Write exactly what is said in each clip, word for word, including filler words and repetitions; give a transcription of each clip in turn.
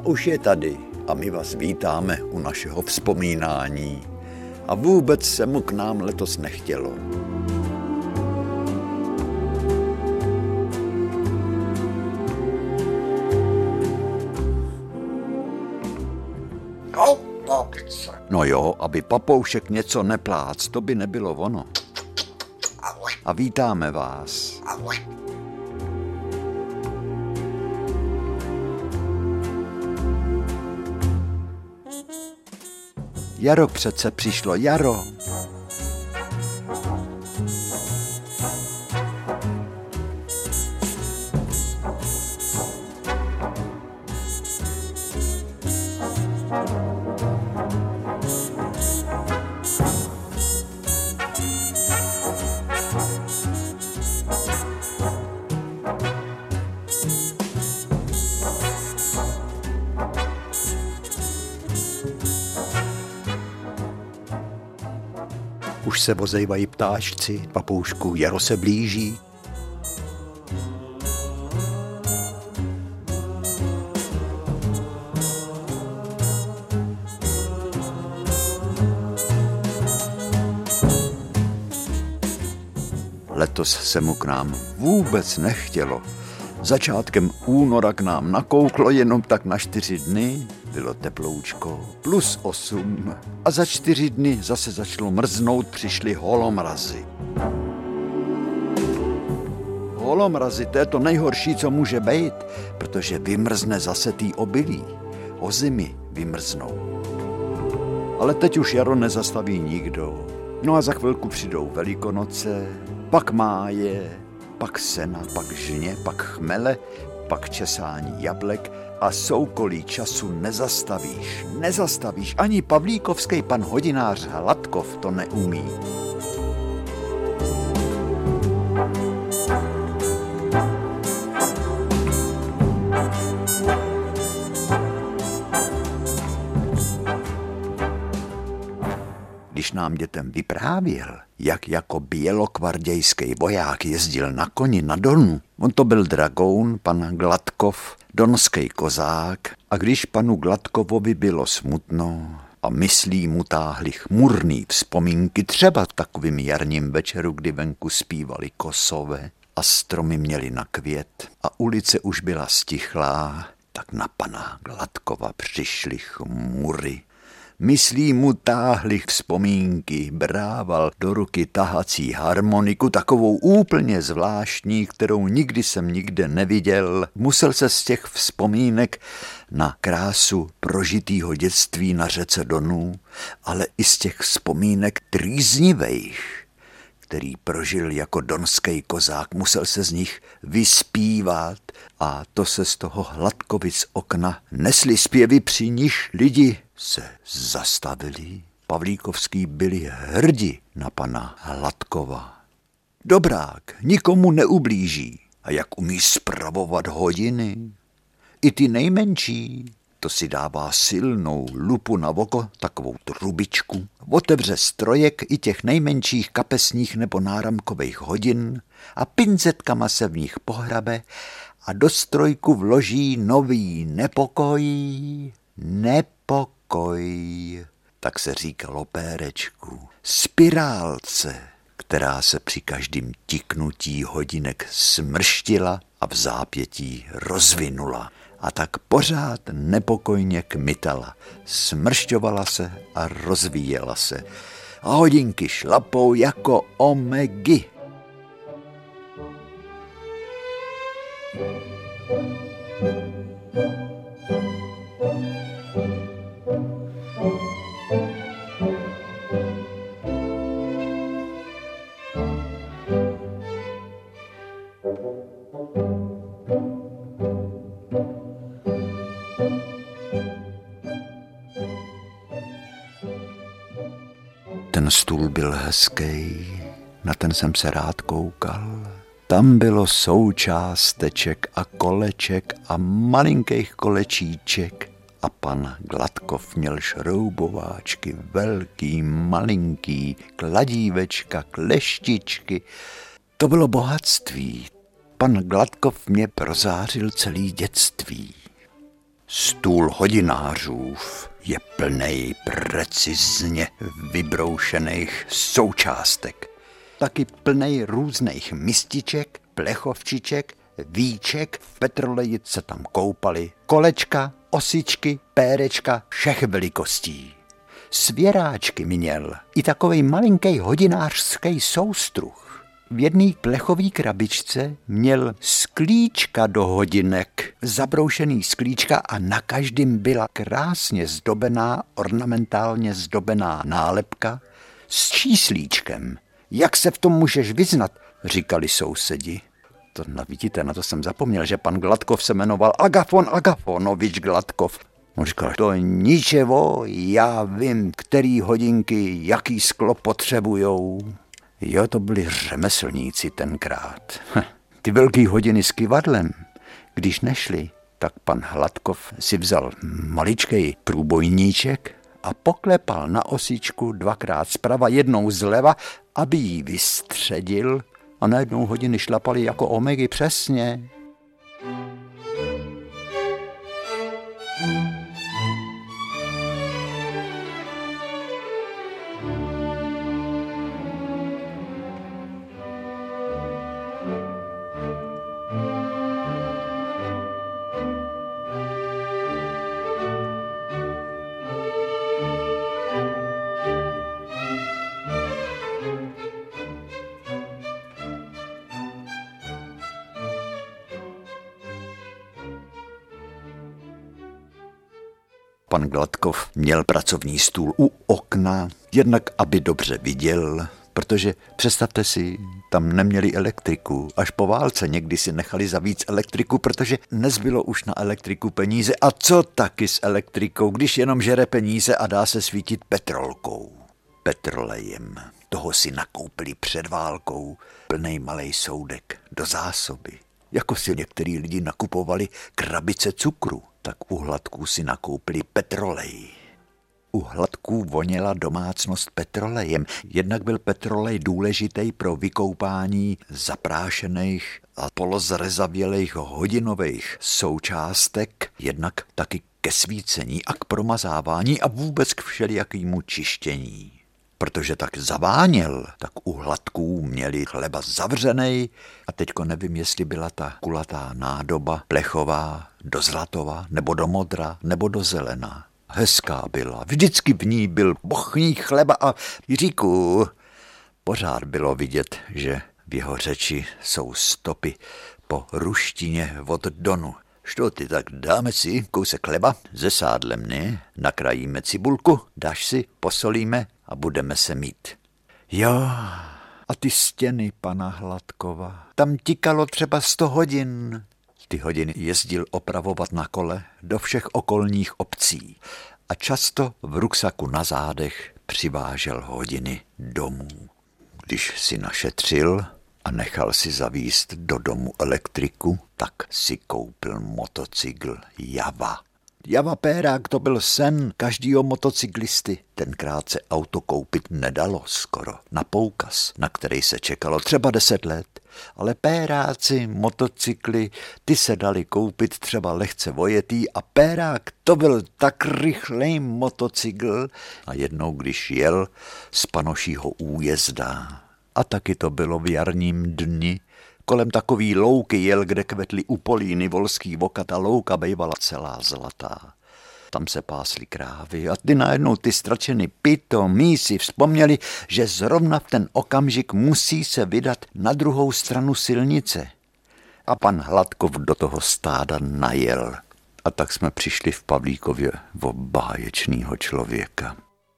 už je tady a my vás vítáme u našeho vzpomínání. A vůbec se mu k nám letos nechtělo. No jo, aby papoušek něco neplác, to by nebylo ono. A vítáme vás. Jaro přece přišlo, jaro. Už se vozejvají ptáčci, papoušku, jaro se blíží. Letos se mu k nám vůbec nechtělo. Začátkem února k nám nakouklo jenom tak na čtyři dny, bylo teploučko, plus osm a za čtyři dny zase začalo mrznout, přišly holomrazy. Holomrazy, to je to nejhorší, co může být, protože vymrzne zase tý obilí, ozimy vymrznou. Ale teď už jaro nezastaví nikdo, no a za chvilku přijdou Velikonoce, pak máje, pak sena, pak žně, pak chmele, pak česání jablek a soukolí času nezastavíš. Nezastavíš, ani pavlíkovský pan hodinář Hladkov to neumí. Když nám dětem vyprávěl, jak jako bělokvardějský voják jezdil na koni na Donu, on to byl dragoun, pan Gladkov, donský kozák, a když panu Gladkovovi bylo smutno a myslí mu táhly chmurný vzpomínky, třeba takovým jarním večeru, kdy venku zpívali kosové a stromy měly na květ a ulice už byla stichlá, tak na pana Gladkova přišly chmury. Myslí mu táhly vzpomínky, brával do ruky tahací harmoniku, takovou úplně zvláštní, kterou nikdy jsem nikde neviděl. Musel se z těch vzpomínek na krásu prožitýho dětství na řece Donu, ale i z těch vzpomínek trýznivejch, který prožil jako donský kozák, musel se z nich vyspívat a to se z toho Hladkovic okna nesly zpěvy, při nichž lidi se zastavili. Pavlíkovský byli hrdi na pana Hladkova. Dobrák nikomu neublíží a jak umí spravovat hodiny. I ty nejmenší, to si dává silnou lupu na oko, takovou trubičku, otevře strojek i těch nejmenších kapesních nebo náramkových hodin a pincetkama se v nich pohrabe a do strojku vloží nový nepokoj, nepokoj, tak se říkalo pérečku, spirálce, která se při každém tiknutí hodinek smrštila a v zápětí rozvinula. A tak pořád nepokojně kmitala, smršťovala se a rozvíjela se. A hodinky šlapou jako omegy. Ten stůl byl hezký, na ten jsem se rád koukal. Tam bylo součásteček a koleček a malinkých kolečíček a pan Gladkov měl šroubováčky, velký, malinký, kladívečka, kleštičky. To bylo bohatství. Pan Gladkov mě prozářil celý dětství. Stůl hodinářův je plnej precizně vybroušených součástek. Taky plnej různých mističek, plechovčiček, víček, v petroleji se tam koupaly kolečka, osičky, pérečka všech velikostí. Svěráčky měl i takovej malinký hodinářský soustruh. V jedné plechové krabičce měl sklíčka do hodinek, zabroušený sklíčka a na každém byla krásně zdobená, ornamentálně zdobená nálepka s číslíčkem. Jak se v tom můžeš vyznat, říkali sousedi. To vidíte, na to jsem zapomněl, že pan Gladkov se jmenoval Agafon Agafonovič Gladkov. On říkal, to ničevo, já vím, který hodinky, jaký sklo potřebujou. Jo, to byli řemeslníci tenkrát. Ty velký hodiny s kyvadlem, když nešli, tak pan Hladkov si vzal maličkej průbojníček a poklepal na osičku dvakrát zprava, jednou zleva, aby ji vystředil a najednou hodiny šlapaly jako omegy přesně. Pan Gladkov měl pracovní stůl u okna, jednak aby dobře viděl, protože představte si, tam neměli elektriku. Až po válce někdy si nechali za víc elektriku, protože nezbylo už na elektriku peníze. A co taky s elektrikou, když jenom žere peníze a dá se svítit petrolkou, petrolejem. Toho si nakoupili před válkou plnej malej soudek do zásoby. Jako si některý lidi nakupovali krabice cukru, tak u Hladků si nakoupili petrolej. U Hladků voněla domácnost petrolejem. Jednak byl petrolej důležitý pro vykoupání zaprášených a polozrezavělých hodinových součástek, jednak taky ke svícení a k promazávání a vůbec k všelijakýmu čištění. Protože tak zaváněl, tak u Hladků měli chleba zavřenej a teďko nevím, jestli byla ta kulatá nádoba plechová do zlatova, nebo do modra, nebo do zelena. Hezká byla, vždycky v ní byl bochní chleba a Jiříku, pořád bylo vidět, že v jeho řeči jsou stopy po ruštině od Donu. Što ty, tak dáme si kousek chleba se sádlem, ne? Nakrajíme cibulku, dáš si, posolíme a budeme se mít. Jo, a ty stěny pana Hladkova, tam tikalo třeba sto hodin. Ty hodiny jezdil opravovat na kole do všech okolních obcí a často v ruksaku na zádech přivážel hodiny domů. Když si našetřil a nechal si zavíst do domu elektriku, tak si koupil motocykl Java. Java Pérák, to byl sen každýho motocyklisty. Tenkrát se auto koupit nedalo skoro na poukaz, na který se čekalo třeba deset let. Ale Péráci, motocykly, ty se dali koupit třeba lehce vojetý a Pérák to byl tak rychlej motocykl a jednou, když jel z Panošího újezda, a taky to bylo v jarním dni, kolem takový louky jel, kde kvetly upolíny volský vokat a louka bejvala celá zlatá. Tam se pásly krávy a ty najednou ty stračeny pitomí si vzpomněli, že zrovna v ten okamžik musí se vydat na druhou stranu silnice. A pan Hladkov do toho stáda najel. A tak jsme přišli v Pavlíkově o báječnýho člověka.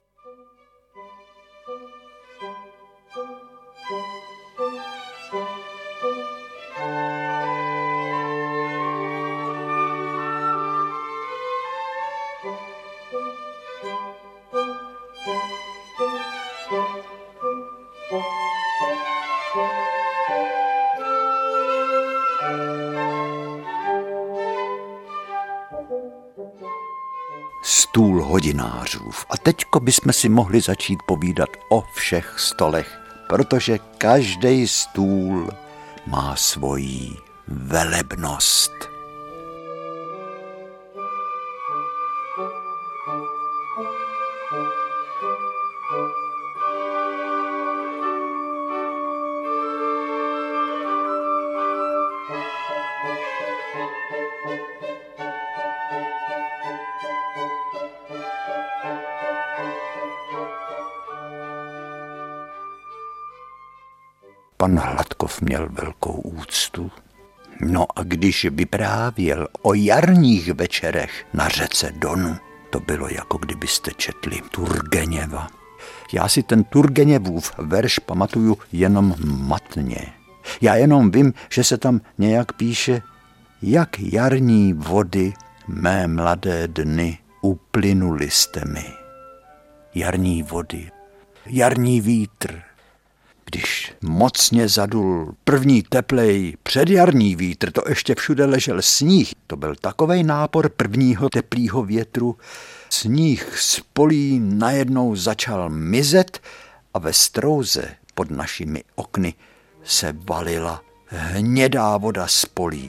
Stůl hodinářův. A teďko bychom si mohli začít povídat o všech stolech, protože každý stůl má svoji velebnost. pan Hladkov měl velkou úctu. No a když vyprávěl o jarních večerech na řece Donu, to bylo jako kdybyste četli Turgeněva. Já si ten Turgeněvův verš pamatuju jenom matně. Já jenom vím, že se tam nějak píše: jak jarní vody mé mladé dny uplynuli jste mi. Jarní vody, jarní vítr. Když mocně zadul první teplej předjarní vítr, to ještě všude ležel sníh. To byl takovej nápor prvního teplýho větru. Sníh z polí najednou začal mizet a ve strouze pod našimi okny se valila hnědá voda z polí.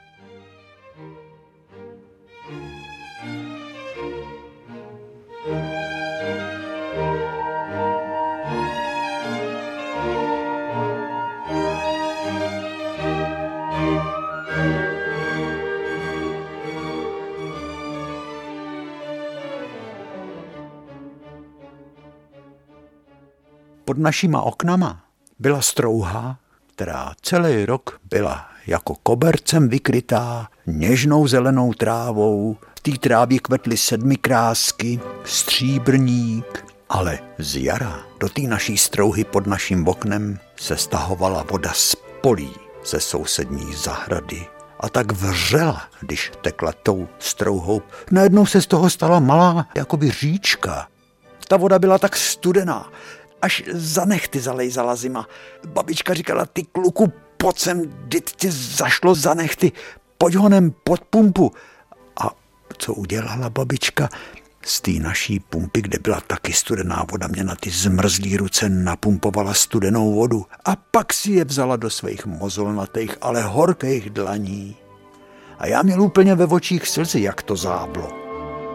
Pod našima oknama byla strouha, která celý rok byla jako kobercem vykrytá něžnou zelenou trávou. V té trávě kvetly sedmikrásky, stříbrník, ale z jara do té naší strouhy pod naším oknem se stahovala voda z polí ze sousední zahrady. A tak vřela, když tekla tou strouhou. Najednou se z toho stala malá jakoby říčka. Ta voda byla tak studená, až za nechty zalejzala zima. Babička říkala: ty kluku, pojď sem, dyt tě zašlo za nechty, pojď honem pod pumpu. A co udělala babička? Z té naší pumpy, kde byla taky studená voda, mě na ty zmrzlý ruce napumpovala studenou vodu a pak si je vzala do svých mozolnatých, ale horkých dlaní. A já měl úplně ve očích slzy, jak to záblo.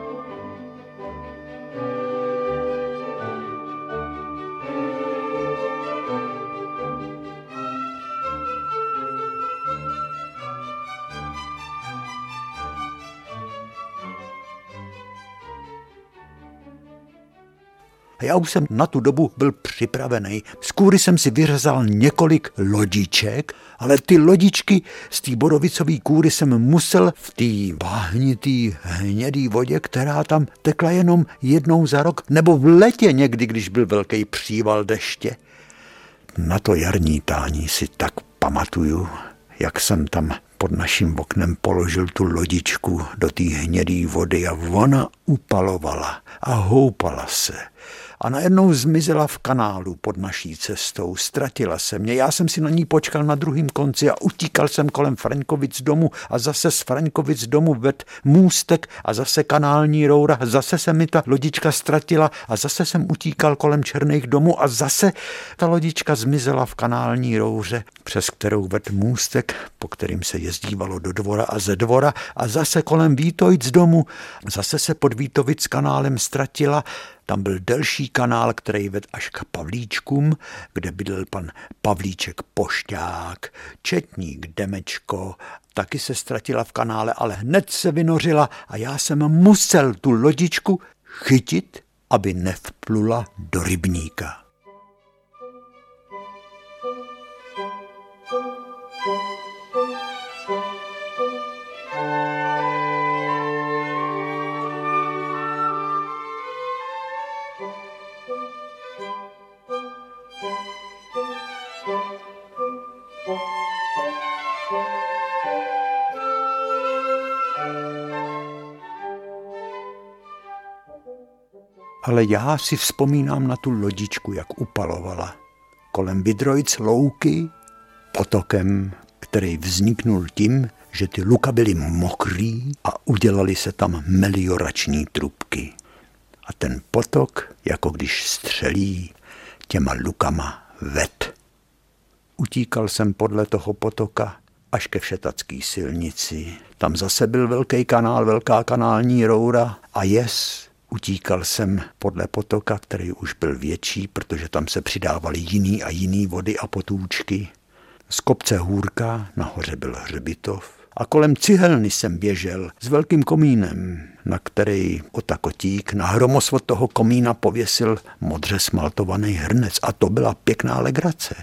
A já už jsem na tu dobu byl připravený. Z kůry jsem si vyřezal několik lodiček, ale ty lodičky z té borovicové kůry jsem musel v té váhnitý hnědý vodě, která tam tekla jenom jednou za rok, nebo v letě někdy, když byl velký příval deště. Na to jarní tání si tak pamatuju, jak jsem tam pod naším oknem položil tu lodičku do té hnědé vody a ona upalovala a houpala se. A najednou zmizela v kanálu pod naší cestou, ztratila se mě. Já jsem si na ní počkal na druhém konci a utíkal jsem kolem Fraňkovic domu a zase z Fraňkovic domu ved můstek a zase kanální roura. Zase se mi ta lodička ztratila a zase jsem utíkal kolem Černých domů a zase ta lodička zmizela v kanální rouře, přes kterou ved můstek, po kterým se jezdívalo do dvora a ze dvora a zase kolem Vítovic domu. Zase se pod Vítovic kanálem ztratila. Tam byl delší kanál, který vedl až k Pavlíčkům, kde bydlel pan Pavlíček Pošťák, četník Demečko, taky se ztratila v kanále, ale hned se vynořila a já jsem musel tu lodičku chytit, aby nevplula do rybníka. Ale já si vzpomínám na tu lodičku, jak upalovala. Kolem Vydrojic louky, potokem, který vzniknul tím, že ty luka byly mokrý a udělali se tam meliorační trubky. A ten potok, jako když střelí, těma lukama ved. Utíkal jsem podle toho potoka až ke Všetacký silnici. Tam zase byl velký kanál, velká kanální roura a jes. Utíkal jsem podle potoka, který už byl větší, protože tam se přidávaly jiný a jiný vody a potůčky. Z kopce Hůrka nahoře byl hřbitov a kolem cihelny jsem běžel s velkým komínem, na který otakotík na hromosvod toho komína pověsil modře smaltovaný hrnec a to byla pěkná legrace.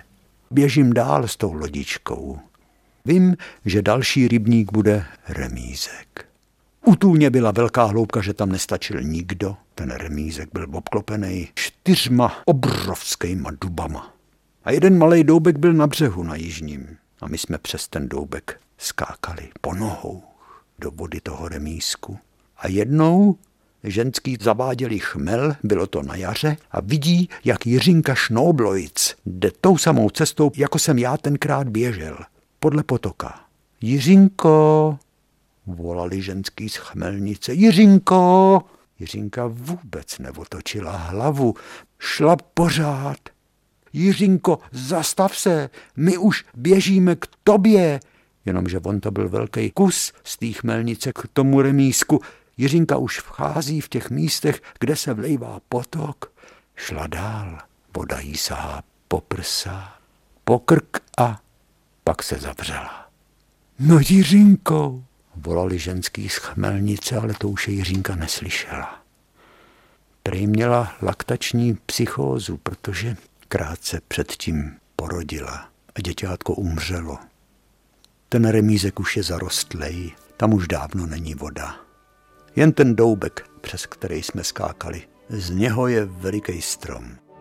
Běžím dál s tou lodičkou. Vím, že další rybník bude remízek. U tůně byla velká hloubka, že tam nestačil nikdo. Ten remízek byl obklopený čtyřma obrovskýma dubama. A jeden malej doubek byl na břehu na jižním. A my jsme přes ten doubek skákali po nohou do vody toho remízku. A jednou ženský zaváděli chmel, bylo to na jaře, a vidí, jak Jiřinka Šnoblojc jde tou samou cestou, jako jsem já tenkrát běžel, podle potoka. Jiřinko, volali ženský z chmelnice, Jiřinko! Jiřinka vůbec neotočila hlavu, šla pořád. Jiřinko, zastav se, my už běžíme k tobě. Jenomže on to byl velký kus z té chmelnice k tomu remízku. Jiřinka už vchází v těch místech, kde se vlejvá potok. Šla dál, voda jí sahá po prsa, po krk a pak se zavřela. No Jiřinko, volali ženský z chmelnice, ale to už je Jiřinka neslyšela. Prej měla laktační psychózu, protože krátce předtím porodila a děťátko umřelo. Ten remízek už je zarostlej, tam už dávno není voda. Jen ten doubek, přes který jsme skákali, z něho je veliký strom.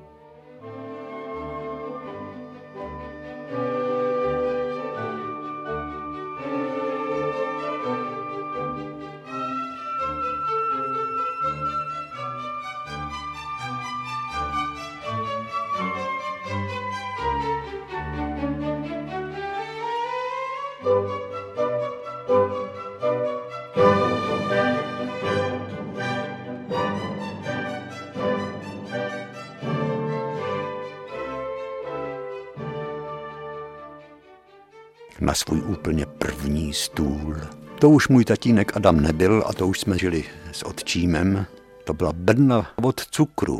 Na svůj úplně první stůl. To už můj tatínek Adam nebyl a to už jsme žili s otčímem. To byla bedna od cukru.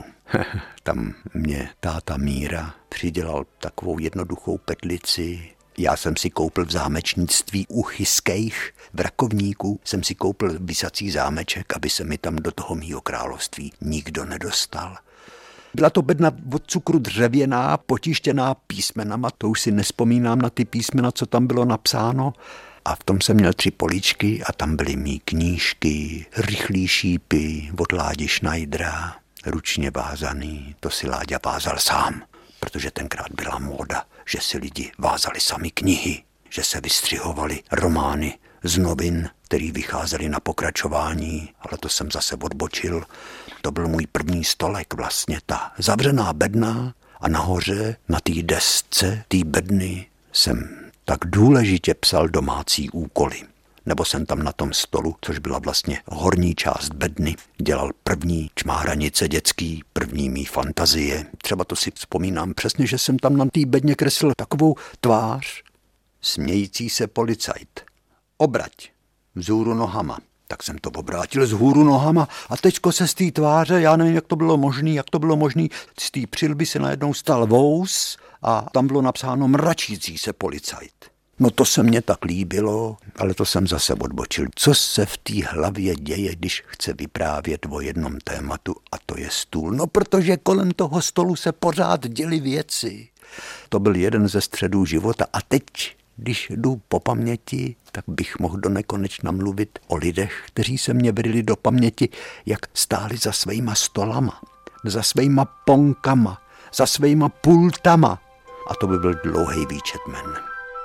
Tam mě táta Míra přidělal takovou jednoduchou petlici. Já jsem si koupil v zámečnictví u Chyskejch v Rakovníku. Jsem si koupil visací zámeček, aby se mi tam do toho mýho království nikdo nedostal. Byla to bedna od cukru dřevěná, potištěná písmenama, to už si nespomínám na ty písmena, co tam bylo napsáno. A v tom jsem měl tři políčky a tam byly mý knížky, rychlý šípy od Ládi Schneidera, ručně vázaný, to si Láďa vázal sám, protože tenkrát byla móda, že si lidi vázali sami knihy, že se vystřihovaly romány z novin, který vycházely na pokračování, ale to jsem zase odbočil. To byl můj první stolek vlastně, ta zavřená bedna a nahoře na té desce té bedny jsem tak důležitě psal domácí úkoly. Nebo jsem tam na tom stolu, což byla vlastně horní část bedny, dělal první čmáranice dětský, první mý fantazie. Třeba to si vzpomínám přesně, že jsem tam na té bedně kreslil takovou tvář, smějící se policajt. Obrať, vzhůru nohama. Tak jsem to obrátil vzhůru nohama a teďko se z té tváře, já nevím, jak to bylo možný, jak to bylo možný, z té přilby se najednou stal vous a tam bylo napsáno mračící se policajt. No to se mně tak líbilo, ale to jsem zase odbočil. Co se v té hlavě děje, když chce vyprávět o jednom tématu a to je stůl? No protože kolem toho stolu se pořád děly věci. To byl jeden ze středů života a teď, když jdu po paměti, tak bych mohl do nekonečna mluvit o lidech, kteří se mě vryli do paměti, jak stáli za svýma stolama, za svýma ponkama, za svýma pultama. A to by byl dlouhý výčet men.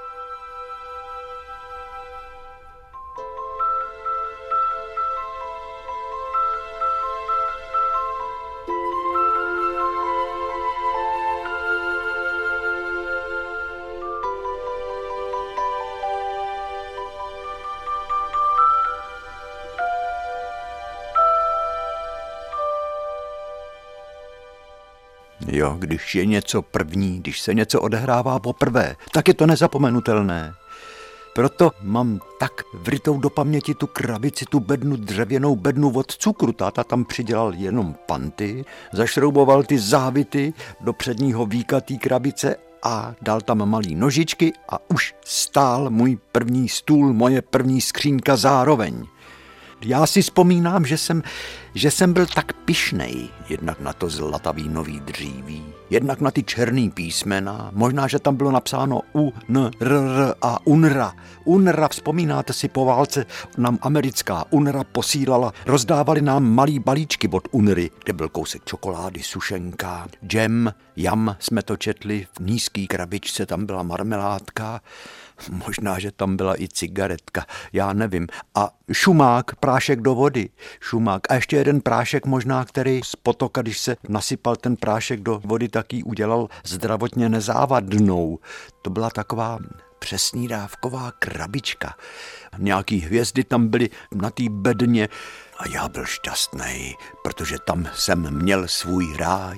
Jo, když je něco první, když se něco odehrává poprvé, tak je to nezapomenutelné. Proto mám tak vrytou do paměti tu krabici, tu bednu, dřevěnou bednu od cukru. Táta tam přidělal jenom panty, zašrouboval ty závity do předního víka té krabice a dal tam malý nožičky a už stál můj první stůl, moje první skřínka zároveň. Já si vzpomínám, že jsem, že jsem byl tak pyšnej jednak na to zlatavý nový dříví Jednak na ty černý písmena, možná, že tam bylo napsáno U, N, R, R a UNRA. UNRA, vzpomínáte si, po válce nám americká UNRA posílala, rozdávali nám malý balíčky od UNRY, kde byl kousek čokolády, sušenka, džem, jam jsme to četli, v nízký krabičce tam byla marmeládka, možná, že tam byla i cigaretka, já nevím. A šumák, prášek do vody, šumák. A ještě jeden prášek možná, který z potoka, když se nasypal ten prášek do vody, tak ji udělal zdravotně nezávadnou. To byla taková přesnídávková krabička. Nějaký hvězdy tam byly na té bedně a já byl šťastný, protože tam jsem měl svůj ráj.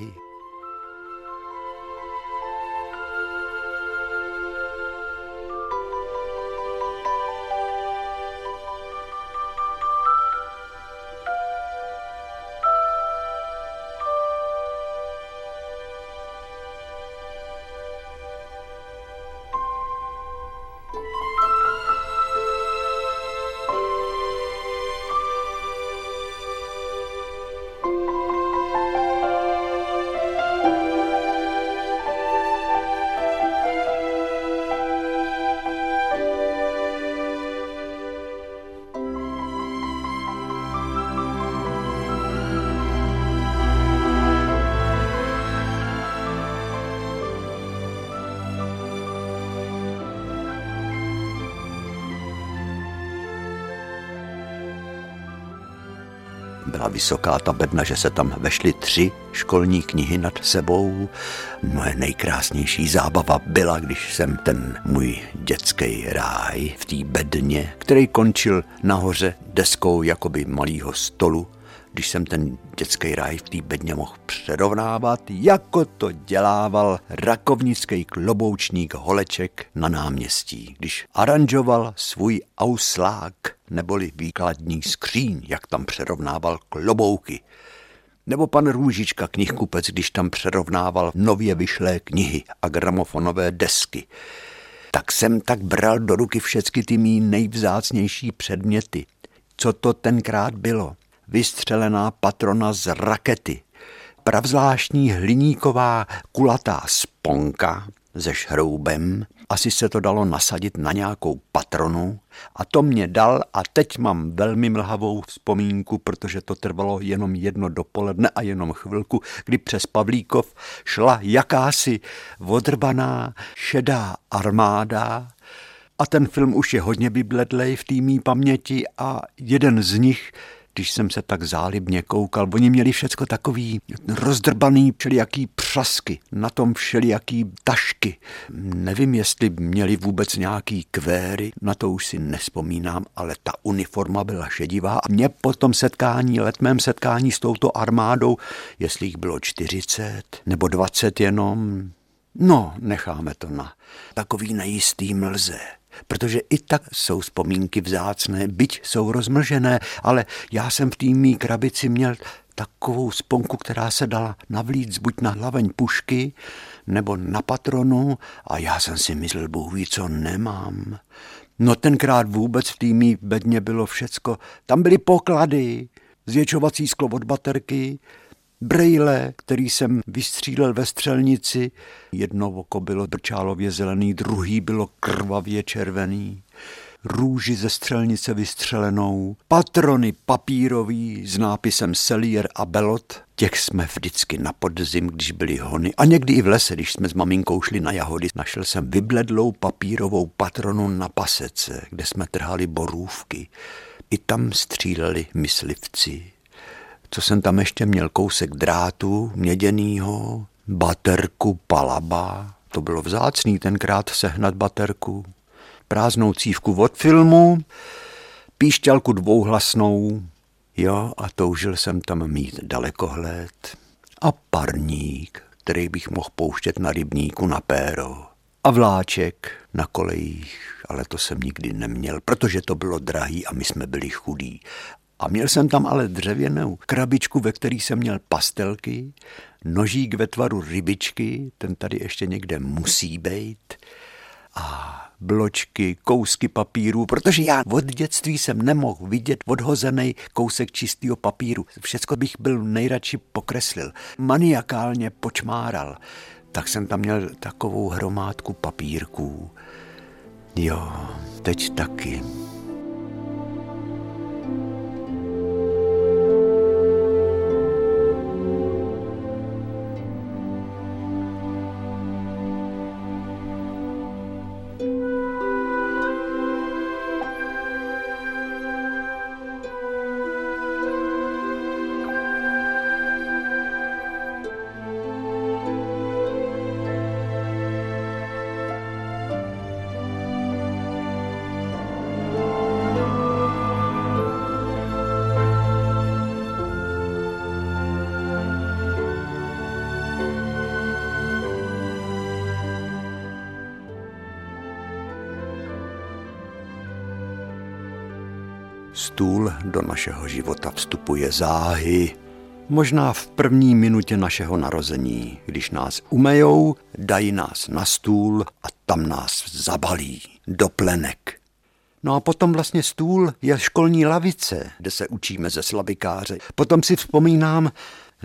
Byla vysoká ta bedna, že se tam vešly tři školní knihy nad sebou. Moje nejkrásnější zábava byla, když jsem ten můj dětský ráj v té bedně, který končil nahoře deskou jakoby malýho stolu, když jsem ten dětský ráj v té bedně mohl přerovnávat, jako to dělával rakovnický kloboučník Holeček na náměstí, když aranžoval svůj auslák neboli výkladní skříň, jak tam přerovnával klobouky. Nebo pan Růžička, knihkupec, když tam přerovnával nově vyšlé knihy a gramofonové desky. Tak jsem tak bral do ruky všechny ty mý nejvzácnější předměty. Co to tenkrát bylo? Vystřelená patrona z rakety, pravzvláštní hliníková kulatá sponka se šroubem, asi se to dalo nasadit na nějakou patronu a to mě dal a teď mám velmi mlhavou vzpomínku, protože to trvalo jenom jedno dopoledne a jenom chvilku, kdy přes Pavlíkov šla jakási odrbaná šedá armáda a ten film už je hodně vybledlej v té mý paměti a jeden z nich, když jsem se tak zálibně koukal, oni měli všecko takový rozdrbaný všelijaký přasky, na tom všelijaký tašky. Nevím, jestli měli vůbec nějaký kvéry, na to už si nespomínám, ale ta uniforma byla šedivá a mě po tom setkání, letmém setkání s touto armádou, jestli jich bylo čtyřicet nebo dvacet jenom, no, necháme to na takový nejistý mlze. Protože i tak jsou vzpomínky vzácné, byť jsou rozmlžené, ale já jsem v té mý krabici měl takovou sponku, která se dala navlíct buď na hlaveň pušky, nebo na patronu a já jsem si myslel, Bůh ví, co nemám. No tenkrát vůbec v té mý bedně bylo všecko. Tam byly poklady, zvětšovací sklo od baterky, brejle, který jsem vystřílel ve střelnici. Jedno oko bylo brčálově zelený, druhý bylo krvavě červený. Růži ze střelnice vystřelenou, patrony papírový s nápisem Selier a Belot. Těch jsme vždycky na podzim, když byly hony. A někdy i v lese, když jsme s maminkou šli na jahody, našel jsem vybledlou papírovou patronu na pasece, kde jsme trhali borůvky. I tam stříleli myslivci. Co jsem tam ještě měl, kousek drátu měděnýho, baterku Palaba, to bylo vzácný tenkrát sehnat baterku, prázdnou cívku od filmu, píšťalku dvouhlasnou, jo, a toužil jsem tam mít dalekohled a parník, který bych mohl pouštět na rybníku na péro a vláček na kolejích, ale to jsem nikdy neměl, protože to bylo drahý a my jsme byli chudí. A měl jsem tam ale dřevěnou krabičku, ve který jsem měl pastelky, nožík ve tvaru rybičky, ten tady ještě někde musí být, a bločky, kousky papíru, protože já od dětství jsem nemohl vidět odhozený kousek čistého papíru. Všecko bych byl nejradši pokreslil. Maniakálně počmáral. Tak jsem tam měl takovou hromádku papírků. Jo, teď taky. Stůl do našeho života vstupuje záhy, možná v první minutě našeho narození, když nás umejou, dají nás na stůl a tam nás zabalí do plenek. No a potom vlastně stůl je školní lavice, kde se učíme ze slabikáře. Potom si vzpomínám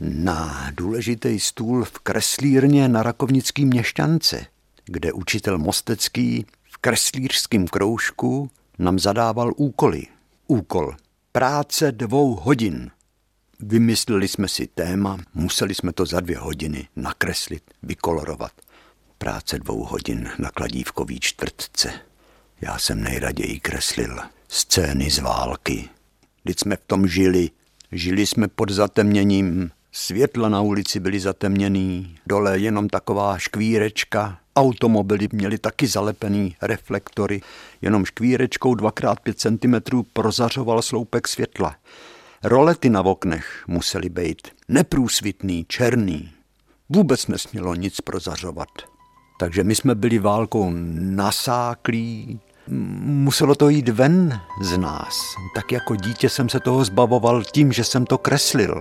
na důležitý stůl v kreslírně na Rakovnický Měšťance, kde učitel Mostecký v kreslířském kroužku nám zadával úkoly. Úkol. Práce dvou hodin. Vymysleli jsme si téma, museli jsme to za dvě hodiny nakreslit, vykolorovat. Práce dvou hodin na kladívkový čtvrtce. Já jsem nejraději kreslil scény z války. Vždyť jsme v tom žili. Žili jsme pod zatemněním. Světla na ulici byly zatemněný. Dole jenom taková škvírečka. Automobily měly taky zalepený reflektory. Jenom škvírečkou dvakrát pět centimetrů prozařoval sloupek světla. Rolety na oknech musely být neprůsvitný, černý. Vůbec nesmělo nic prozařovat. Takže my jsme byli válkou nasáklí. Muselo to jít ven z nás. Tak jako dítě jsem se toho zbavoval tím, že jsem to kreslil.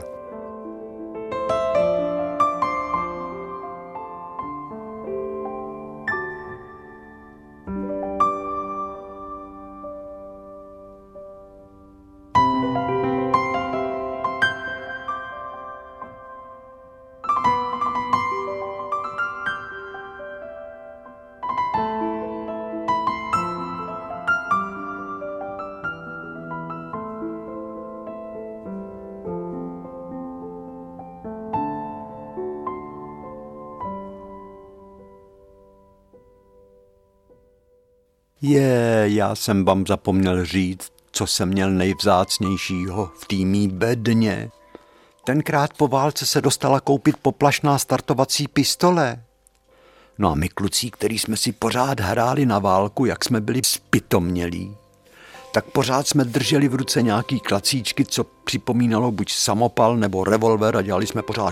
Je, já jsem vám zapomněl říct, co jsem měl nejvzácnějšího v té mý bedně. Tenkrát po válce se dostala koupit poplašná startovací pistole. No a my kluci, který jsme si pořád hráli na válku, jak jsme byli zpytomnělí, tak pořád jsme drželi v ruce nějaký klacíčky, co připomínalo buď samopal nebo revolver a dělali jsme pořád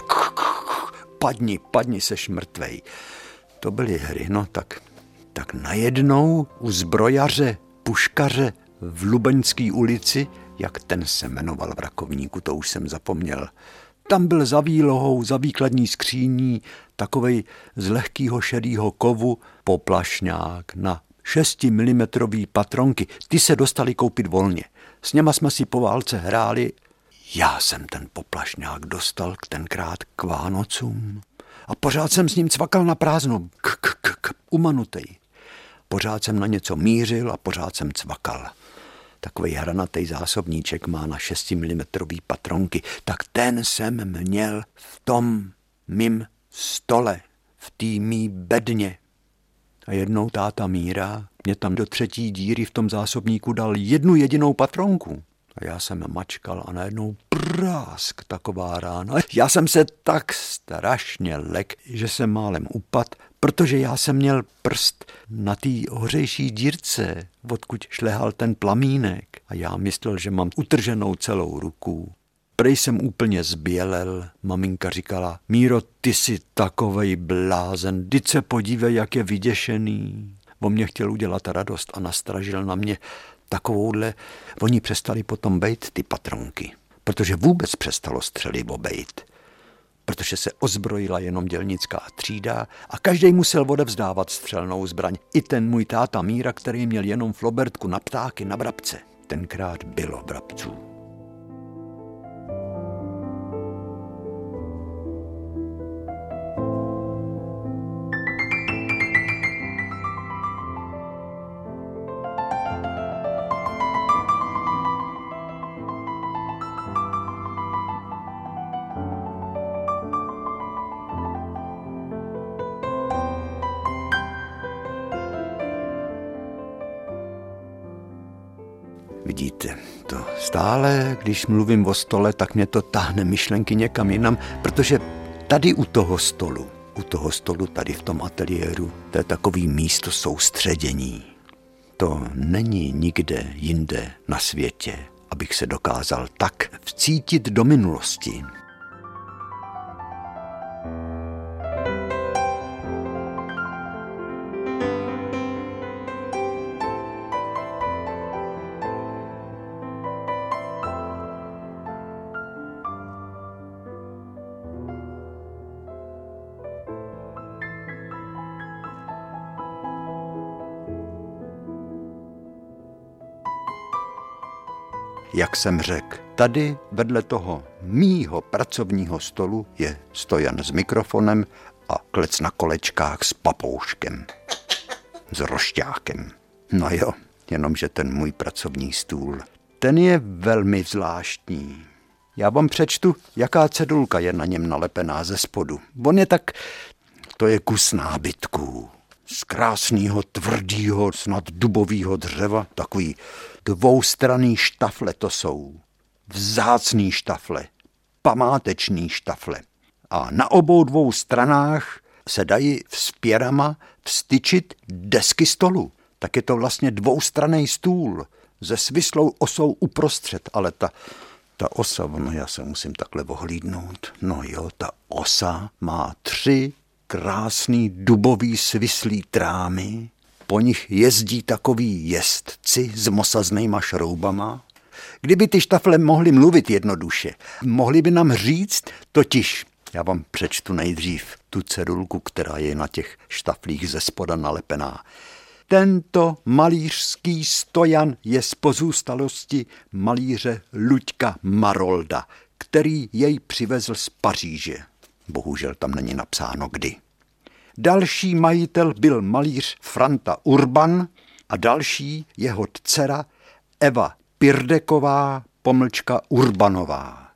padni, padni, seš mrtvej. To byly hry, no tak... Tak najednou u zbrojaře, puškaře v Lubeňské ulici, jak ten se jmenoval v Rakovníku, to už jsem zapomněl. Tam byl za výlohou, za výkladní skříní, takovej z lehkýho šedýho kovu poplašňák na šestimilimetrový patronky. Ty se dostali koupit volně. S něma jsme si po válce hráli. Já jsem ten poplašňák dostal tenkrát k Vánocům. A pořád jsem s ním cvakal na prázdno. K, k, k, k, umanutej. Pořád jsem na něco mířil a pořád jsem cvakal. Takovej hranatej zásobníček má na šestimilimetrový patronky. Tak ten jsem měl v tom mým stole, v té mý bedně. A jednou táta Míra mě tam do třetí díry v tom zásobníku dal jednu jedinou patronku. A já jsem mačkal a najednou prásk, taková rána. Já jsem se tak strašně lek, že jsem málem upad, protože já jsem měl prst na té hořejší dírce, odkud šlehal ten plamínek. A já myslel, že mám utrženou celou ruku. Prej jsem úplně zbělel. Maminka říkala, Míro, ty jsi takovej blázen, vždyť se podívej, jak je vyděšený. On mě chtěl udělat radost a nastražil na mě takovouhle. Oni přestali potom bejt ty patronky, protože vůbec přestalo střelivo bejt. protože se ozbrojila jenom dělnická třída a každý musel odevzdávat střelnou zbraň. I ten můj táta Míra, který měl jenom flobertku na ptáky na vrabce. Tenkrát bylo vrabců. Vidíte, to stále, když mluvím o stole, tak mě to táhne myšlenky někam jinam, protože tady u toho stolu, u toho stolu tady v tom ateliéru, to je takový místo soustředění. To není nikde jinde na světě, abych se dokázal tak vcítit do minulosti. Jak jsem řekl, tady vedle toho mýho pracovního stolu je stojan s mikrofonem a klec na kolečkách s papouškem, s rošťákem. No jo, jenomže ten můj pracovní stůl, ten je velmi zvláštní. Já vám přečtu, jaká cedulka je na něm nalepená ze spodu. On je tak, to je kus nábytků. Z krásného, tvrdýho, snad dubového dřeva, takový dvoustranný štafle to jsou. Vzácný štafle, památečný štafle. A na obou dvou stranách se dají vzpěrama vstyčit desky stolu. Tak je to vlastně dvoustranný stůl se svislou osou uprostřed, ale ta, ta osa, no já se musím takhle ohlídnout, no jo, ta osa má tři krásný dubový svislý trámy, po nich jezdí takový jezdci s mosaznýma šroubama. Kdyby ty štafle mohly mluvit jednoduše, mohli by nám říct, totiž, já vám přečtu nejdřív tu cedulku, která je na těch štaflích ze spoda nalepená. Tento malířský stojan je z pozůstalosti malíře Luďka Marolda, který jej přivezl z Paříže. Bohužel tam není napsáno kdy. Další majitel byl malíř Franta Urban a další jeho dcera Eva Pirdeková, pomlčka Urbanová.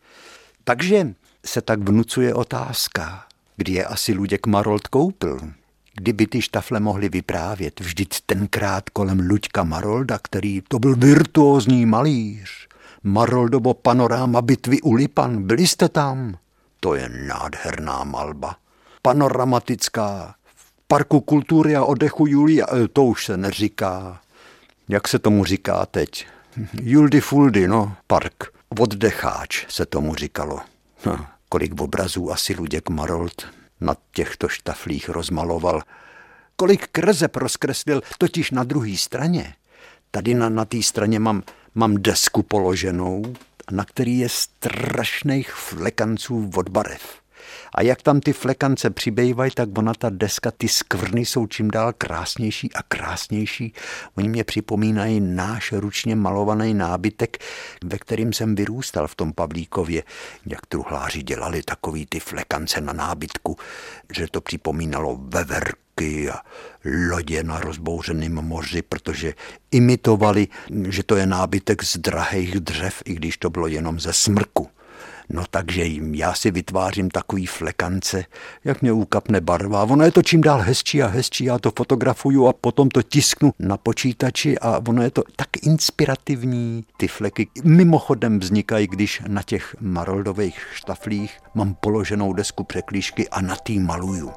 Takže se tak vnucuje otázka, kdy je asi Luděk Marold koupil. Kdyby ty štafle mohly vyprávět, vždyť tenkrát kolem Luďka Marolda, který to byl virtuózní malíř. Maroldovo panoráma bitvy u Lipan, byli jste tam? To je nádherná malba. Panoramatická. V parku kultury a oddechu Julia, to už se neříká. Jak se tomu říká teď? Juldy Fuldy, no, park. Oddecháč se tomu říkalo. No, kolik obrazů asi Luděk Marold na těchto štaflích rozmaloval. Kolik kreseb rozkreslil, totiž na druhé straně. Tady na, na té straně mám, mám desku položenou, na který je strašných flekanců od barev. A jak tam ty flekance přibývají, tak ona ta deska, ty skvrny jsou čím dál krásnější a krásnější. Oni mě připomínají náš ručně malovaný nábytek, ve kterým jsem vyrůstal v tom Pavlíkově. Jak truhláři dělali takový ty flekance na nábytku, že to připomínalo veverky a lodě na rozbouřeném moři, protože imitovali, že to je nábytek z drahých dřev, i když to bylo jenom ze smrku. No takže já si vytvářím takový flekance, jak mě ukapne barva. Ono je to čím dál hezčí a hezčí, já to fotografuju a potom to tisknu na počítači a ono je to tak inspirativní. Ty fleky mimochodem vznikají, když na těch Maroldových štaflích mám položenou desku překlíšky a na tý maluju.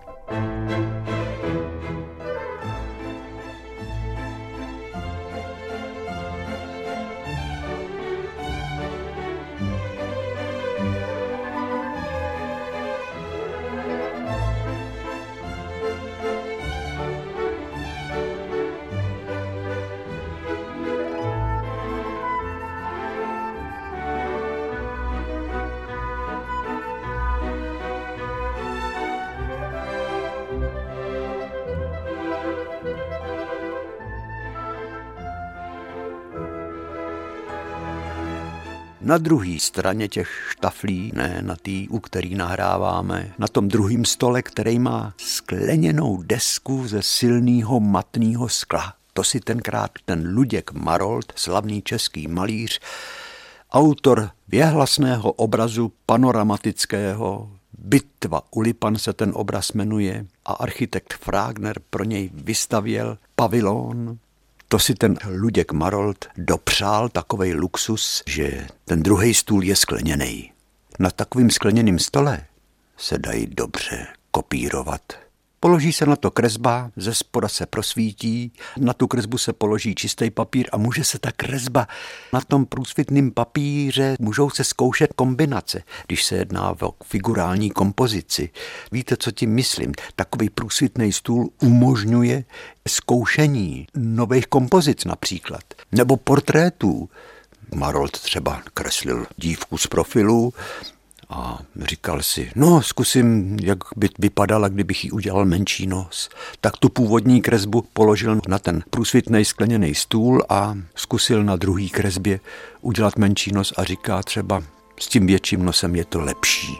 Na druhé straně těch štaflí, ne na té, u který nahráváme, na tom druhém stole, který má skleněnou desku ze silného matného skla. To si tenkrát ten Luděk Marolt, slavný český malíř, autor věhlasného obrazu panoramatického, Bitva u Lipan se ten obraz jmenuje, a architekt Fragner pro něj vystavěl pavilon. To si ten Luděk Marolt dopřál takovej luxus, že ten druhý stůl je skleněný. Na takovým skleněným stole se dají dobře kopírovat. Položí se na to kresba, ze spoda se prosvítí, na tu kresbu se položí čistý papír a může se ta kresba na tom průsvitném papíře, můžou se zkoušet kombinace, když se jedná o figurální kompozici. Víte, co tím myslím? Takový průsvitný stůl umožňuje zkoušení nových kompozic například, nebo portrétů. Marolt třeba kreslil dívku z profilu, a říkal si, no zkusím, jak by vypadala, kdybych jí udělal menší nos. Tak tu původní kresbu položil na ten průsvitný skleněný stůl a zkusil na druhý kresbě udělat menší nos a říká třeba, s tím větším nosem je to lepší.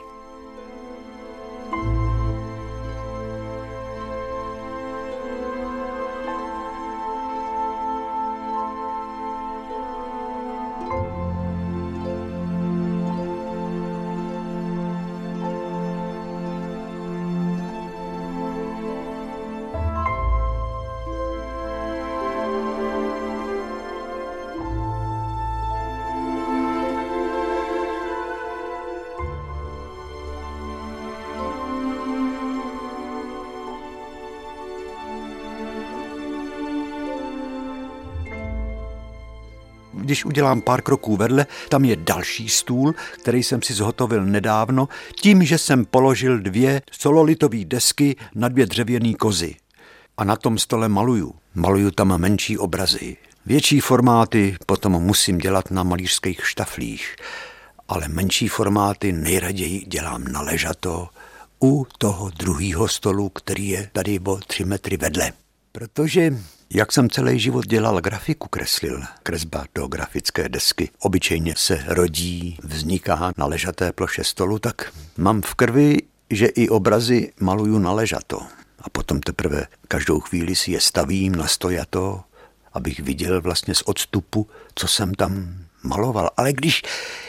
Když udělám pár kroků vedle, tam je další stůl, který jsem si zhotovil nedávno, tím, že jsem položil dvě sololitové desky na dvě dřevěné kozy. A na tom stole maluju. Maluju tam menší obrazy. Větší formáty potom musím dělat na malířských štaflích, ale menší formáty nejraději dělám na ležato u toho druhého stolu, který je tady o tři metry vedle. Protože jak jsem celý život dělal grafiku, kreslil, kresba do grafické desky, obyčejně se rodí, vzniká na ležaté ploše stolu, tak mám v krvi, že i obrazy maluju na ležato. A potom teprve každou chvíli si je stavím na stojato, abych viděl vlastně z odstupu, co jsem tam maloval. Ale když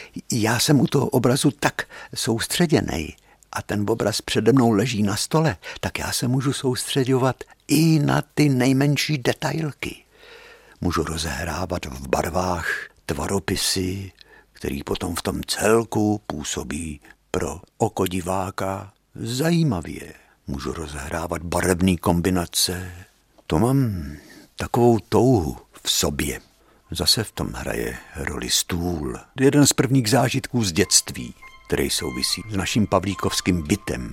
já jsem u toho obrazu tak soustředěnej a ten obraz přede mnou leží na stole, tak já se můžu soustředovat i na ty nejmenší detailky. Můžu rozehrávat v barvách tvaropisy, který potom v tom celku působí pro oko diváka zajímavě. Můžu rozehrávat barevné kombinace. To mám takovou touhu v sobě. Zase v tom hraje roli stůl. Jeden z prvních zážitků z dětství, který souvisí s naším pavlíkovským bytem.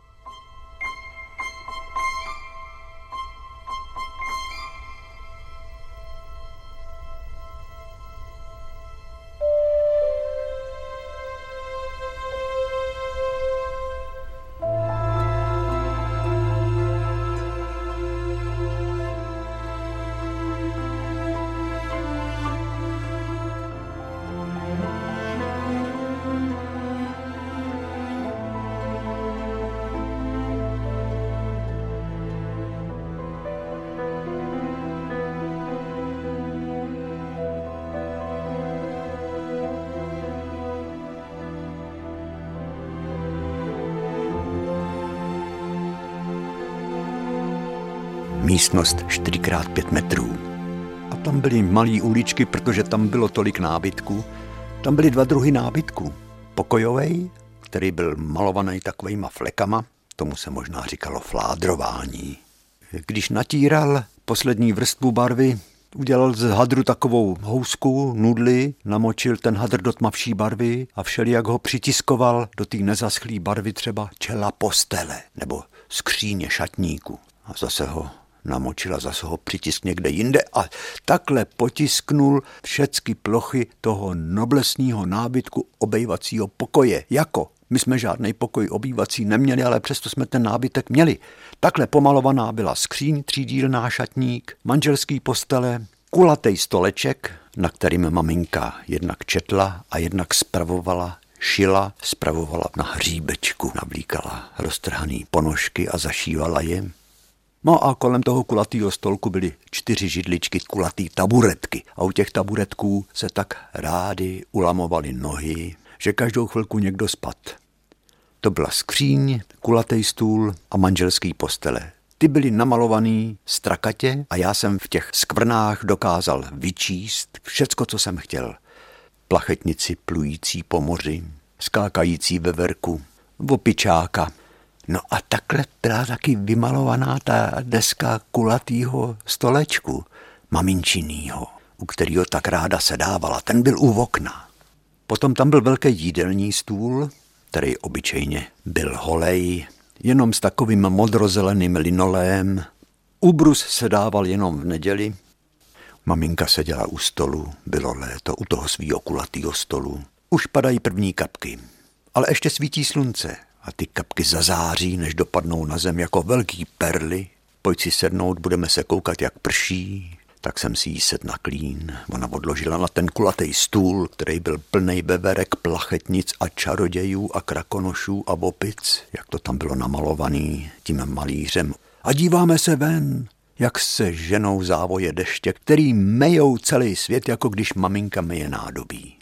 Místnost čtyři krát pět metrů. A tam byly malé uličky, protože tam bylo tolik nábytku. Tam byly dva druhy nábytku. Pokojovej, který byl malovaný takovejma flekama, tomu se možná říkalo fládrování. Když natíral poslední vrstvu barvy, udělal z hadru takovou housku, nudli, namočil ten hadr do tmavší barvy a všelijak ho přitiskoval do té nezaschlý barvy třeba čela postele nebo skříně šatníku. A zase ho namočil a zase ho přitisk někde jinde a takhle potisknul všecky plochy toho noblesního nábytku obejvacího pokoje. Jako my jsme žádný pokoj obývací neměli, ale přesto jsme ten nábytek měli. Takhle pomalovaná byla skříň, třídílná šatník, manželský postele, kulatý stoleček na kterým maminka jednak četla a jednak spravovala, šila, spravovala na hříbečku, navlíkala roztrhaný ponožky a zašívala je. No a kolem toho kulatýho stolku byly čtyři židličky, kulatý taburetky. A u těch taburetků se tak rády ulamovaly nohy, že každou chvilku někdo spad. To byla skříň, kulatý stůl a manželský postele. Ty byly namalovaný strakatě a já jsem v těch skvrnách dokázal vyčíst všecko, co jsem chtěl. Plachetnici plující po moři, skákající veverku, opičáka. No a takhle byla taky vymalovaná ta deska kulatýho stolečku, maminčinýho, u kterého tak ráda sedávala. Ten byl u okna. Potom tam byl velký jídelní stůl, který obyčejně byl holej, jenom s takovým modrozeleným linolém. Ubrus se dával jenom v neděli. Maminka seděla u stolu, bylo léto, u toho svýho kulatýho stolu. Už padají první kapky, ale ještě svítí slunce a ty kapky zazáří, než dopadnou na zem jako velký perly. Pojď si sednout, budeme se koukat, jak prší. Tak jsem si jí sedl na klín. Ona odložila na ten kulatý stůl, který byl plnej beverek, plachetnic a čarodějů a krakonošů a opic, jak to tam bylo namalovaný tím malířem. A díváme se ven, jak se ženou závoje deště, který mejou celý svět, jako když maminka meje nádobí.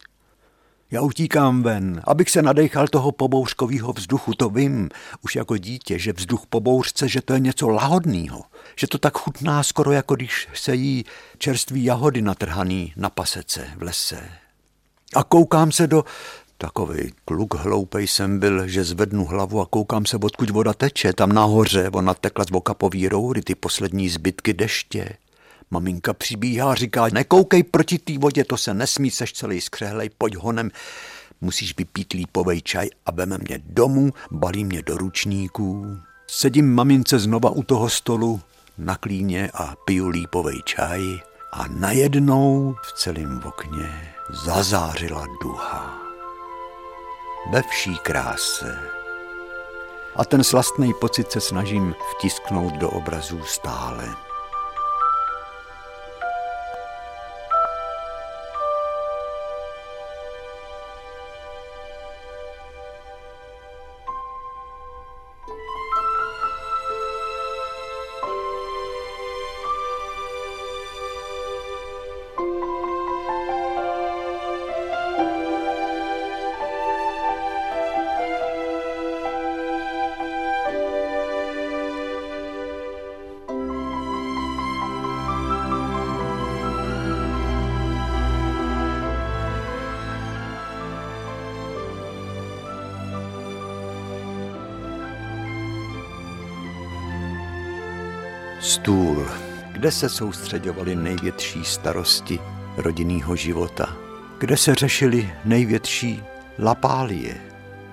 Já utíkám ven, abych se nadechal toho pobouřkového vzduchu, to vím, už jako dítě, že vzduch po bouřce, že to je něco lahodného, že to tak chutná skoro jako když se jí čerství jahody natrhaný na pasece v lese. A koukám se do... Takovej kluk hloupej jsem byl, že zvednu hlavu a koukám se, odkud voda teče, tam nahoře, ona tekla z vokapový roury, ty poslední zbytky deště. Maminka přibíhá a říká, nekoukej proti té vodě, to se nesmí, seš celý skřehlej, pojď honem, musíš vypít lípovej čaj a veme mě domů, balí mě do ručníků. Sedím mamince znova u toho stolu na klíně a piju lípovej čaj a najednou v celém okně zazářila duha. Ve vší kráse. A ten slastný pocit se snažím vtisknout do obrazů stále. Stůl, kde se soustředovaly největší starosti rodinného života, kde se řešily největší lapálie.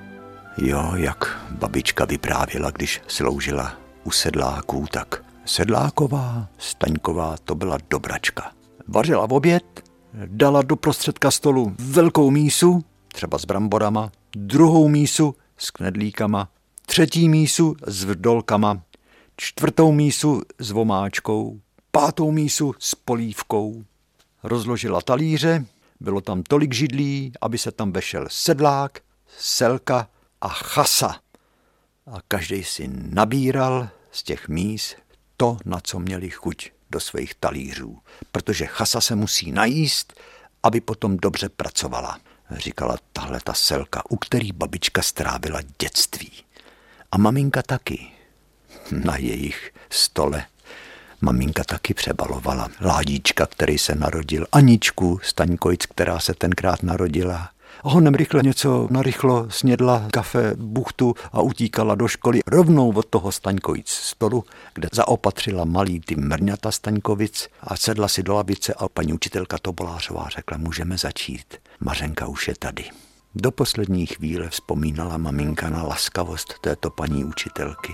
Jo, jak babička vyprávěla, když sloužila u sedláků, tak sedláková, Staňková, to byla dobračka. Vařila v oběd, dala do prostředka stolu velkou mísu, třeba s bramborama, druhou mísu s knedlíkama, třetí mísu s vdolkama, čtvrtou mísu s vomáčkou, pátou mísu s polívkou. Rozložila talíře, bylo tam tolik židlí, aby se tam vešel sedlák, selka a chasa. A každej si nabíral z těch mís to, na co měli chuť do svých talířů. Protože chasa se musí najíst, aby potom dobře pracovala, říkala tahle ta selka, u který babička strávila dětství. A maminka taky. Na jejich stole maminka taky přebalovala Ládíčka, který se narodil, Aničku Staňkojc, která se tenkrát narodila. A honem rychle něco narychlo snědla kafe, buchtu a utíkala do školy rovnou od toho Staňkojc stolu, kde zaopatřila malý ty mrňata Staňkovic a sedla si do lavice a paní učitelka Tobolářová řekla, můžeme začít. Mařenka už je tady. Do poslední chvíle vzpomínala maminka na laskavost této paní učitelky.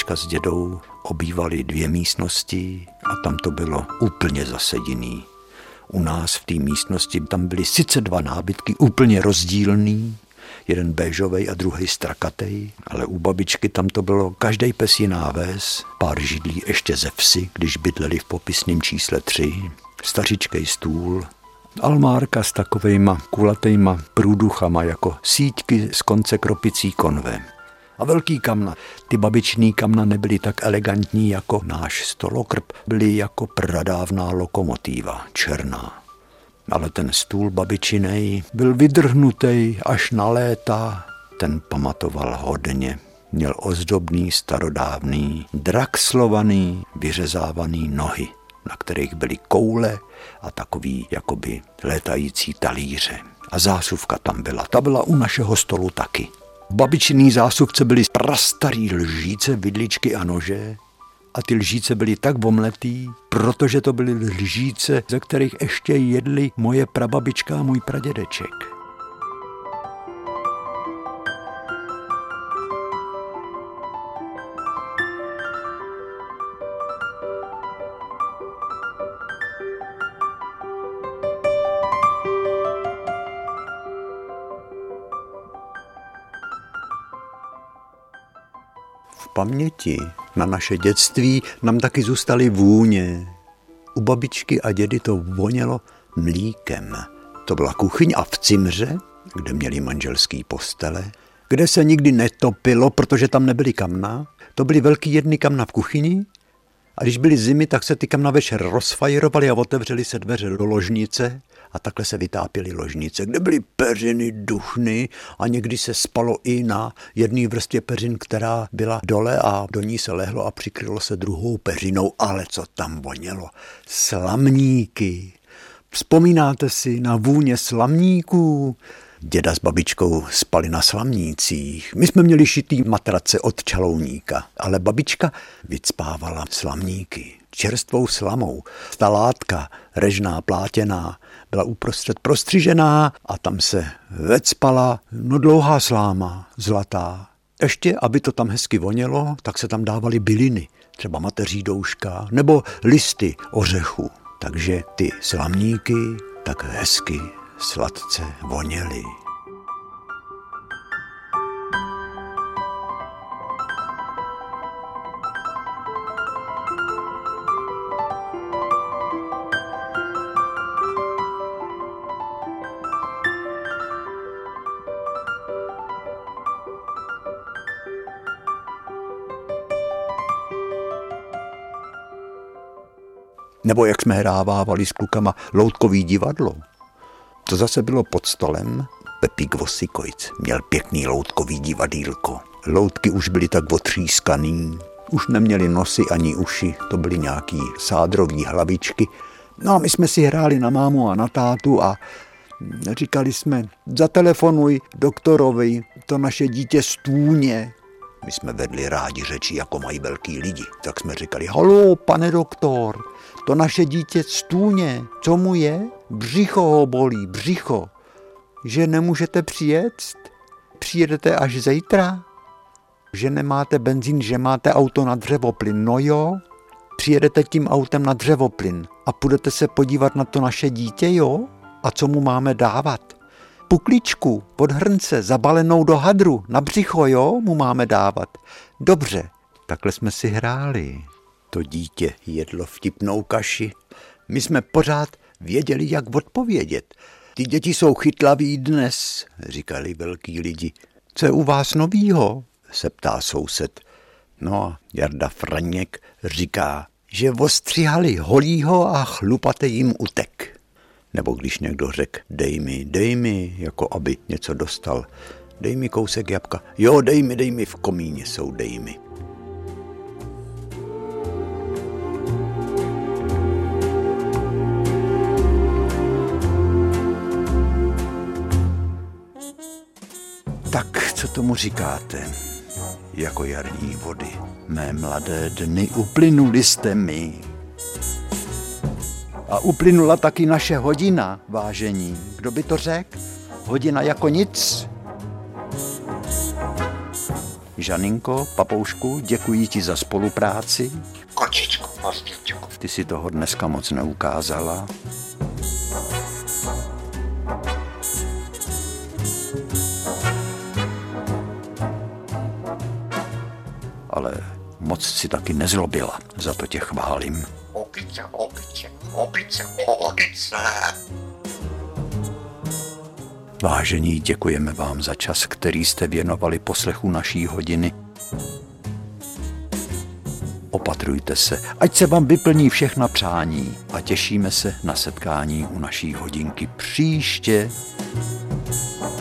babička s dědou obývali dvě místnosti a tam to bylo úplně zaseděný. U nás v té místnosti tam byly sice dva nábytky úplně rozdílný, jeden béžovej a druhý strakatej, ale u babičky tam to bylo každej pes jiná ves, pár židlí ještě ze vsi, když bydleli v popisném čísle tři, stařičkej stůl, almárka s takovejma kulatejma průduchama jako síťky z konce kropicí konve. A velký kamna. Ty babičný kamna nebyly tak elegantní jako náš stolokrb, byly jako pradávná lokomotíva, černá. Ale ten stůl babičinej byl vydrhnutej až na léta, ten pamatoval hodně. Měl ozdobný, starodávný, drakslovaný, vyřezávaný nohy, na kterých byly koule a takový jakoby létající talíře. A zásuvka tam byla, ta byla u našeho stolu taky. V babičiný zásuvce byly prastarý lžíce, vidličky a nože a ty lžíce byly tak omletý, protože to byly lžíce, ze kterých ještě jedli moje prababička a můj pradědeček. V paměti na naše dětství nám taky zůstaly vůně. U babičky a dědy to vonělo mlíkem. To byla kuchyň a v cimře, kde měli manželský postele, kde se nikdy netopilo, protože tam nebyly kamna. To byly velký jedny kamna v kuchyni a když byly zimy, tak se ty kamna večer rozfajirovaly a otevřely se dveře do ložnice a takhle se vytápěly ložnice, kde byly peřiny, duchny a někdy se spalo i na jedné vrstvě peřin, která byla dole a do ní se lehlo a přikrylo se druhou peřinou, ale co tam vonělo? Slamníky. Vzpomínáte si na vůně slamníků? Děda s babičkou spali na slamnících. My jsme měli šitý matrace od čalouníka, ale babička vycpávala slamníky. Čerstvou slamou. Ta látka, režná, plátěná, byla uprostřed prostřižená a tam se vecpala no dlouhá sláma, zlatá. Ještě, aby to tam hezky vonělo, tak se tam dávaly byliny, třeba mateří douška nebo listy ořechu. Takže ty slamníky tak hezky sladce voněly. Nebo jak jsme hrávávali s klukama loutkový divadlo. To zase bylo pod stolem. Pepík Vosikojc měl pěkný loutkový divadýlko. Loutky už byly tak otřískaný, už neměly nosy ani uši, to byly nějaký sádrový hlavičky. No a my jsme si hráli na mámu a na tátu a říkali jsme, zatelefonuj doktorovi, to naše dítě stůně. My jsme vedli rádi řeči, jako mají velký lidi. Tak jsme říkali, halo, pane doktor, to naše dítě stůně, co mu je? Břicho ho bolí, břicho. Že nemůžete přijet? Přijedete až zítra? Že nemáte benzín, že máte auto na dřevoplyn, no jo? Přijedete tím autem na dřevoplyn a půjdete se podívat na to naše dítě, jo? A co mu máme dávat? Pukličku od hrnce zabalenou do hadru, na břicho, jo, mu máme dávat. Dobře, takhle jsme si hráli. To dítě jedlo vtipnou kaši. My jsme pořád věděli, jak odpovědět. Ty děti jsou chytlaví dnes, říkali velký lidi. Co je u vás novýho? Se ptá soused. No a Jarda Franěk říká, že ostřihali holýho a chlupatý jim utek. Nebo když někdo řekl, dej mi, dej mi, jako aby něco dostal. Dej mi kousek jabka. Jo, dej mi, dej mi, v komíně jsou, dej mi. Tak, co tomu říkáte? Jako jarní vody. Mé mladé dny uplynuli jste mi. A uplynula taky naše hodina, vážení. Kdo by to řekl? Hodina jako nic. Žaninko, papoušku, děkuji ti za spolupráci. Kočičku, kočičku. Ty si toho dneska moc neukázala. Ale moc si taky nezlobila, za to tě chválím. Opice, opice, opice, opice. Vážení, děkujeme vám za čas, který jste věnovali poslechu naší hodiny. Opatrujte se, ať se vám vyplní všechna přání a těšíme se na setkání u naší hodinky příště.